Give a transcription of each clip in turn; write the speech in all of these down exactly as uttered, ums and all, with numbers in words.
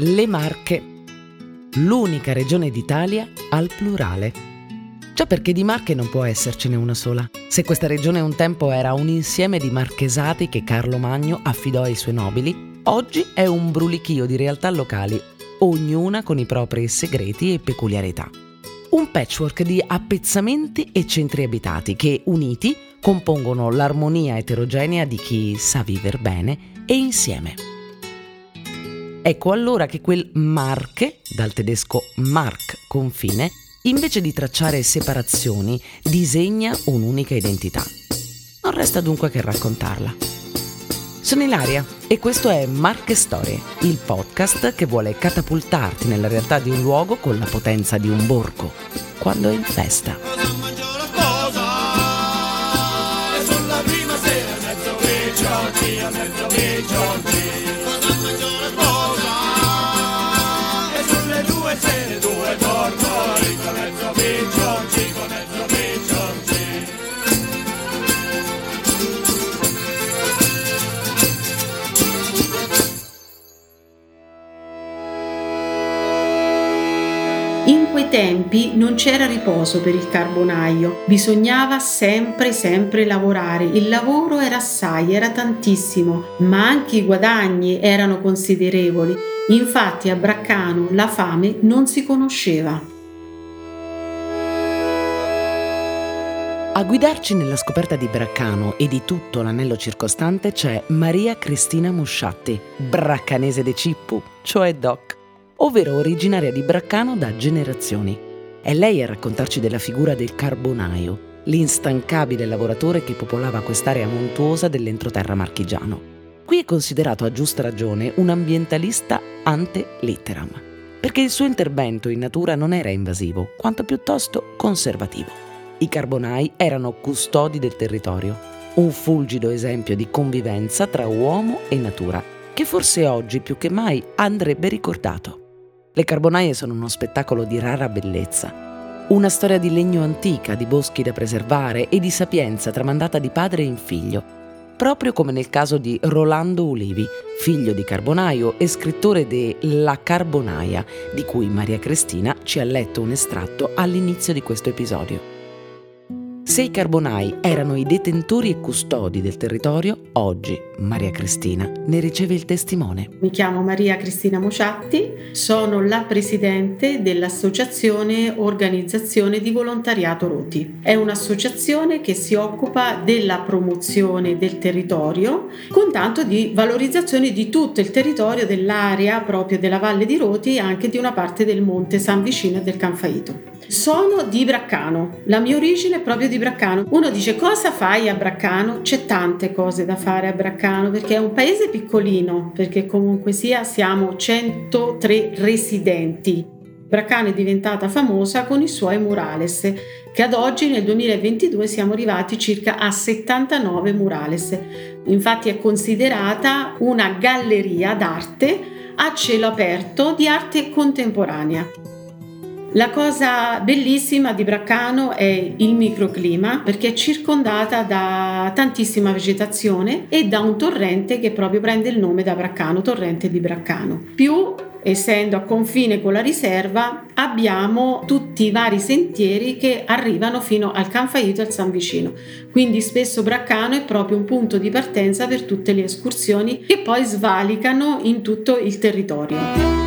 le Marche, l'unica regione d'Italia al plurale. Già perché di Marche non può essercene una sola. Se questa regione un tempo era un insieme di marchesati che Carlo Magno affidò ai suoi nobili, oggi è un brulichio di realtà locali, ognuna con i propri segreti e peculiarità. Un patchwork di appezzamenti e centri abitati che, uniti, compongono l'armonia eterogenea di chi sa viver bene e insieme. Ecco allora che quel Marche, dal tedesco Mark, confine, invece di tracciare separazioni, disegna un'unica identità. Non resta dunque che raccontarla. Sono Ilaria e questo è Marche Storie, il podcast che vuole catapultarti nella realtà di un luogo con la potenza di un borgo, quando è in festa. In quei tempi non c'era riposo per il carbonaio, bisognava sempre sempre lavorare, il lavoro era assai, era tantissimo, ma anche i guadagni erano considerevoli, infatti a Braccano la fame non si conosceva. A guidarci nella scoperta di Braccano e di tutto l'anello circostante c'è Maria Cristina Musciatti, braccanese de Cippu, cioè Doc, ovvero originaria di Braccano da generazioni. È lei a raccontarci della figura del carbonaio, l'instancabile lavoratore che popolava quest'area montuosa dell'entroterra marchigiano. Qui è considerato a giusta ragione un ambientalista ante litteram, perché il suo intervento in natura non era invasivo, quanto piuttosto conservativo. I carbonai erano custodi del territorio, un fulgido esempio di convivenza tra uomo e natura, che forse oggi più che mai andrebbe ricordato. Le carbonaie sono uno spettacolo di rara bellezza, una storia di legno antica, di boschi da preservare e di sapienza tramandata di padre in figlio, proprio come nel caso di Rolando Ulivi, figlio di carbonaio e scrittore de La Carbonaia, di cui Maria Cristina ci ha letto un estratto all'inizio di questo episodio. Se i carbonai erano i detentori e custodi del territorio, oggi Maria Cristina ne riceve il testimone. Mi chiamo Maria Cristina Musciatti, sono la presidente dell'associazione Organizzazione di Volontariato Roti. È un'associazione che si occupa della promozione del territorio con tanto di valorizzazione di tutto il territorio dell'area proprio della Valle di Roti e anche di una parte del Monte San Vicino e del Canfaito. Sono di Braccano, la mia origine è proprio di Braccano. Uno dice: cosa fai a Braccano? C'è tante cose da fare a Braccano perché è un paese piccolino, perché comunque sia siamo centotré residenti. Braccano è diventata famosa con i suoi murales, che ad oggi nel duemilaventidue siamo arrivati circa a settantanove murales. Infatti è considerata una galleria d'arte a cielo aperto di arte contemporanea. La cosa bellissima di Braccano è il microclima, perché è circondata da tantissima vegetazione e da un torrente che proprio prende il nome da Braccano, torrente di Braccano. Più, essendo a confine con la riserva, abbiamo tutti i vari sentieri che arrivano fino al Canfaito e al San Vicino. Quindi spesso Braccano è proprio un punto di partenza per tutte le escursioni che poi svalicano in tutto il territorio.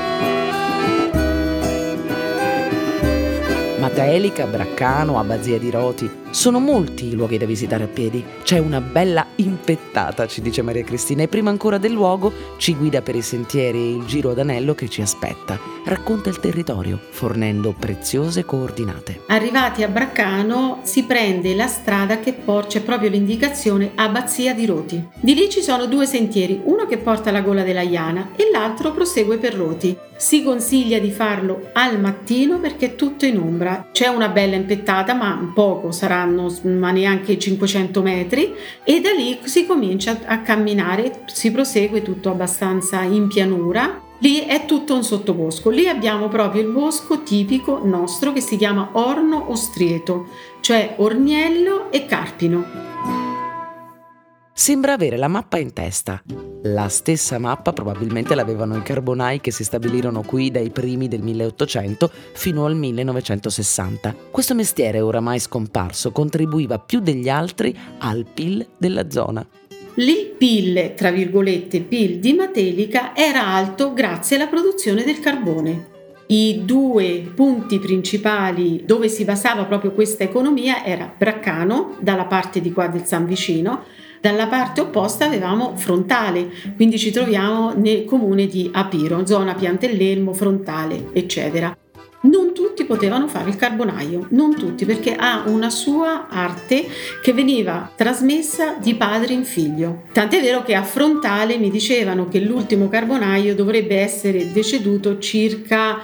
Matelica, Braccano, Abbazia di Roti, sono molti i luoghi da visitare a piedi. C'è una bella impettata, ci dice Maria Cristina, e prima ancora del luogo ci guida per i sentieri e il giro ad anello che ci aspetta. Racconta il territorio, fornendo preziose coordinate. Arrivati a Braccano si prende la strada che porta, c'è proprio l'indicazione Abbazia di Roti. Di lì ci sono due sentieri, uno che porta alla Gola della Iana e l'altro prosegue per Roti. Si consiglia di farlo al mattino perché è tutto in ombra. C'è una bella impettata, ma poco, saranno ma neanche cinquecento metri, e da lì si comincia a camminare, si prosegue tutto abbastanza in pianura. Lì è tutto un sottobosco. Lì abbiamo proprio il bosco tipico nostro che si chiama Orno Ostrieto, cioè Orniello e Carpino. Sembra avere la mappa in testa. La stessa mappa probabilmente l'avevano i carbonai che si stabilirono qui dai primi del milleottocento fino al millenovecentosessanta. Questo mestiere, oramai scomparso, contribuiva più degli altri al P I L della zona. Il P I L, tra virgolette, P I L di Matelica, era alto grazie alla produzione del carbone. I due punti principali dove si basava proprio questa economia era Braccano, dalla parte di qua del San Vicino, dalla parte opposta avevamo Frontale, quindi ci troviamo nel comune di Apiro, zona Piantellelmo, Frontale, eccetera. Non tutti potevano fare il carbonaio, non tutti, perché ha una sua arte che veniva trasmessa di padre in figlio. Tant'è vero che a Frontale mi dicevano che l'ultimo carbonaio dovrebbe essere deceduto circa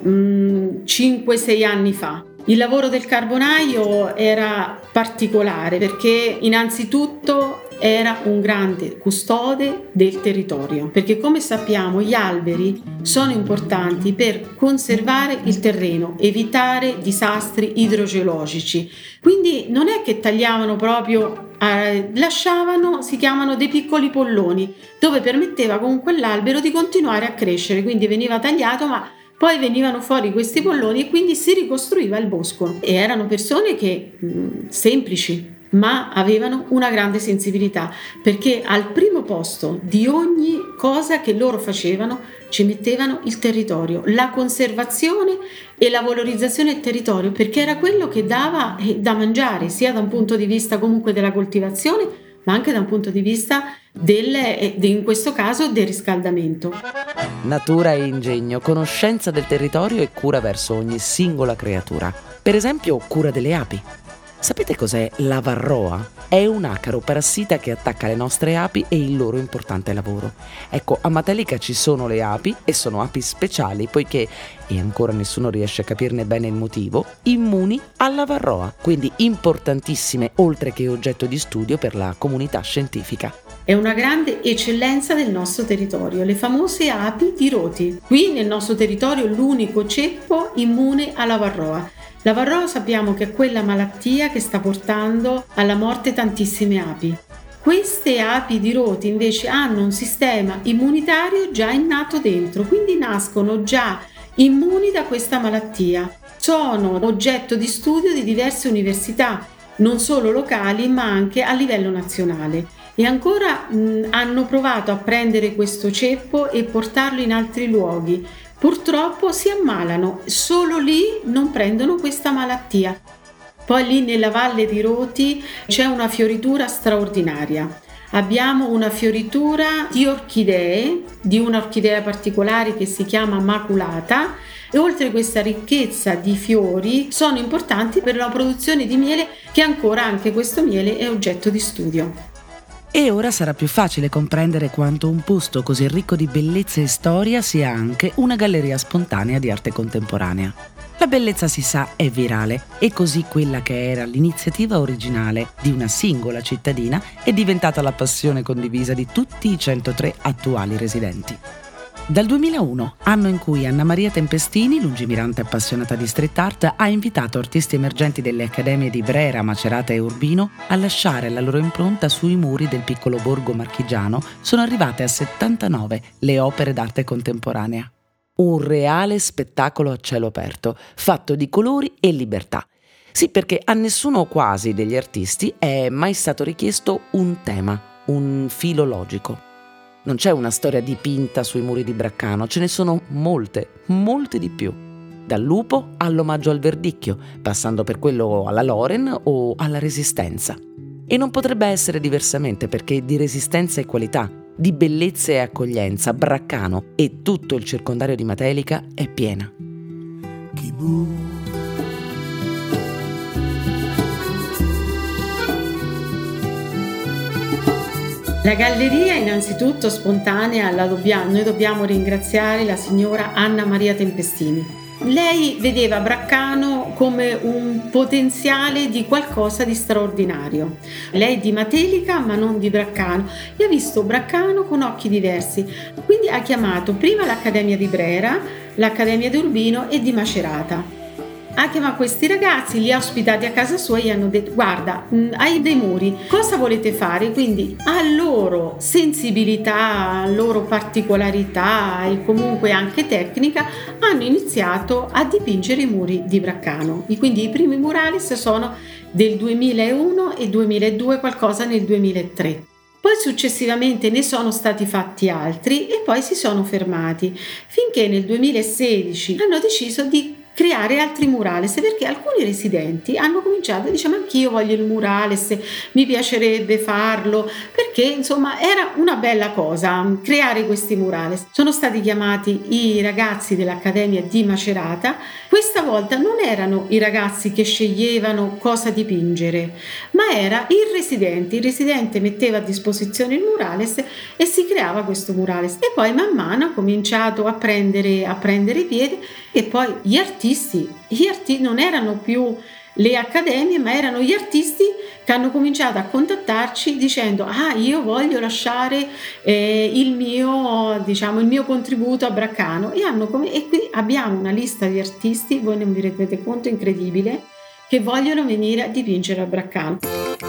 mm, cinque sei anni fa. Il lavoro del carbonaio era particolare perché innanzitutto era un grande custode del territorio, perché come sappiamo gli alberi sono importanti per conservare il terreno, evitare disastri idrogeologici. Quindi non è che tagliavano proprio, eh, lasciavano, si chiamano dei piccoli polloni, dove permetteva comunque all'albero di continuare a crescere, quindi veniva tagliato ma poi venivano fuori questi polloni e quindi si ricostruiva il bosco. E erano persone che mh, semplici, ma avevano una grande sensibilità, perché al primo posto di ogni cosa che loro facevano ci mettevano il territorio, la conservazione e la valorizzazione del territorio, perché era quello che dava eh, da mangiare, sia da un punto di vista comunque della coltivazione, ma anche da un punto di vista del, eh, in questo caso del riscaldamento. Natura e ingegno, conoscenza del territorio e cura verso ogni singola creatura. Per esempio, cura delle api. Sapete cos'è la varroa? È un acaro parassita che attacca le nostre api e il loro importante lavoro. Ecco, a Matelica ci sono le api e sono api speciali poiché, e ancora nessuno riesce a capirne bene il motivo, immuni alla varroa, quindi importantissime oltre che oggetto di studio per la comunità scientifica. È una grande eccellenza del nostro territorio, le famose api di Roti. Qui nel nostro territorio l'unico ceppo immune alla varroa. La varroa sappiamo che è quella malattia che sta portando alla morte tantissime api. Queste api di Roti invece hanno un sistema immunitario già innato dentro, quindi nascono già immuni da questa malattia. Sono oggetto di studio di diverse università, non solo locali ma anche a livello nazionale. E ancora mh, hanno provato a prendere questo ceppo e portarlo in altri luoghi. Purtroppo si ammalano, solo lì non prendono questa malattia. Poi lì nella Valle di Roti c'è una fioritura straordinaria. Abbiamo una fioritura di orchidee, di un'orchidea particolare che si chiama maculata, e oltre a questa ricchezza di fiori sono importanti per la produzione di miele, che ancora anche questo miele è oggetto di studio. E ora sarà più facile comprendere quanto un posto così ricco di bellezza e storia sia anche una galleria spontanea di arte contemporanea. La bellezza, si sa, è virale e così quella che era l'iniziativa originale di una singola cittadina è diventata la passione condivisa di tutti i centotré attuali residenti. Dal duemilauno, anno in cui Anna Maria Tempestini, lungimirante appassionata di street art, ha invitato artisti emergenti delle accademie di Brera, Macerata e Urbino a lasciare la loro impronta sui muri del piccolo borgo marchigiano, sono arrivate a settantanove le opere d'arte contemporanea. Un reale spettacolo a cielo aperto, fatto di colori e libertà. Sì, perché a nessuno o quasi degli artisti è mai stato richiesto un tema, un filo logico. Non c'è una storia dipinta sui muri di Braccano, ce ne sono molte, molte di più. Dal lupo all'omaggio al verdicchio, passando per quello alla Loren o alla Resistenza. E non potrebbe essere diversamente perché di resistenza e qualità, di bellezza e accoglienza, Braccano e tutto il circondario di Matelica è piena. La galleria innanzitutto spontanea la dobbiamo, noi dobbiamo ringraziare la signora Anna Maria Tempestini. Lei vedeva Braccano come un potenziale di qualcosa di straordinario. Lei è di Matelica ma non di Braccano e ha visto Braccano con occhi diversi, quindi ha chiamato prima l'Accademia di Brera, l'Accademia di Urbino e di Macerata. ha chiamato questi ragazzi, li ha ospitati a casa sua e gli hanno detto: guarda, mh, hai dei muri, cosa volete fare? Quindi a loro sensibilità, a loro particolarità e comunque anche tecnica hanno iniziato a dipingere i muri di Braccano. E quindi i primi murales sono del duemilauno e duemiladue, qualcosa nel duemilatré. Poi successivamente ne sono stati fatti altri e poi si sono fermati, finché nel duemilasedici hanno deciso di creare altri murales, perché alcuni residenti hanno cominciato a dire: ma anch'io voglio il murales, mi piacerebbe farlo, perché insomma era una bella cosa creare questi murales. Sono stati chiamati i ragazzi dell'Accademia di Macerata. Questa volta non erano i ragazzi che sceglievano cosa dipingere, ma era il residente. Il residente metteva a disposizione il murales e si creava questo murales, e poi man mano ha cominciato a prendere, a prendere piede, e poi gli artisti Gli artisti non erano più le accademie, ma erano gli artisti che hanno cominciato a contattarci dicendo: ah, io voglio lasciare eh, il mio, diciamo, il mio contributo a Braccano, e, hanno come, e qui abbiamo una lista di artisti, voi non vi rendete conto, incredibile, che vogliono venire a dipingere a Braccano.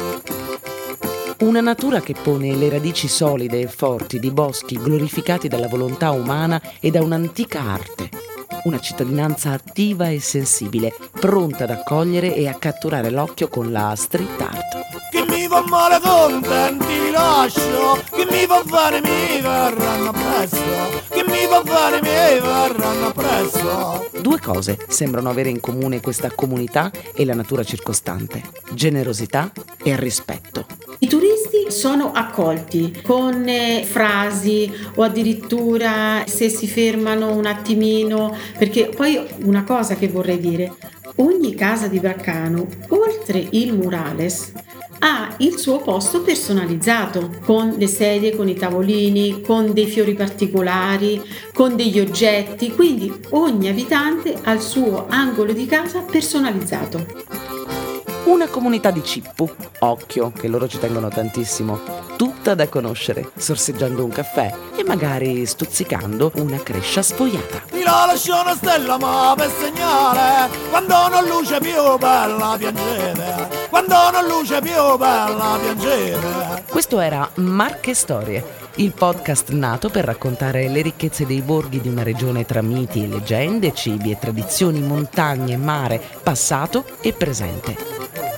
Una natura che pone le radici solide e forti di boschi glorificati dalla volontà umana e da un'antica arte. Una cittadinanza attiva e sensibile, pronta ad accogliere e a catturare l'occhio con la street art. Chi mi fa male contenti li lascio, chi mi fa fare mi verranno presso, chi mi fa fare mi verranno presso. Due cose sembrano avere in comune questa comunità e la natura circostante: generosità e rispetto. I turisti sono accolti con eh, frasi, o addirittura se si fermano un attimino, perché poi una cosa che vorrei dire: ogni casa di Braccano, oltre il murales, ha il suo posto personalizzato, con le sedie, con i tavolini, con dei fiori particolari, con degli oggetti, quindi ogni abitante ha il suo angolo di casa personalizzato. Una comunità di cippu, occhio che loro ci tengono tantissimo, tutta da conoscere, sorseggiando un caffè e magari stuzzicando una crescia sfogliata. Mi la lascio una stella ma per segnale, quando non luce più bella piangete, quando non luce più bella piangete. Questo era Marche Storie, il podcast nato per raccontare le ricchezze dei borghi di una regione tra miti e leggende, cibi e tradizioni, montagne, mare, passato e presente.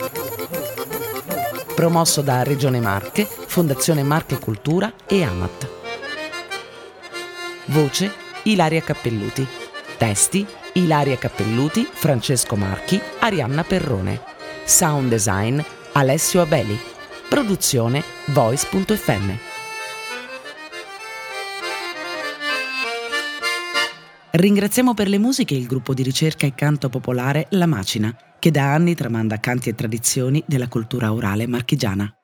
Promosso da Regione Marche, Fondazione Marche Cultura e Amat. Voce Ilaria Cappelluti. Testi Ilaria Cappelluti, Francesco Marchi, Arianna Perrone. Sound design Alessio Abeli. Produzione Voice punto effe emme. Ringraziamo per le musiche il gruppo di ricerca e canto popolare La Macina, che da anni tramanda canti e tradizioni della cultura orale marchigiana.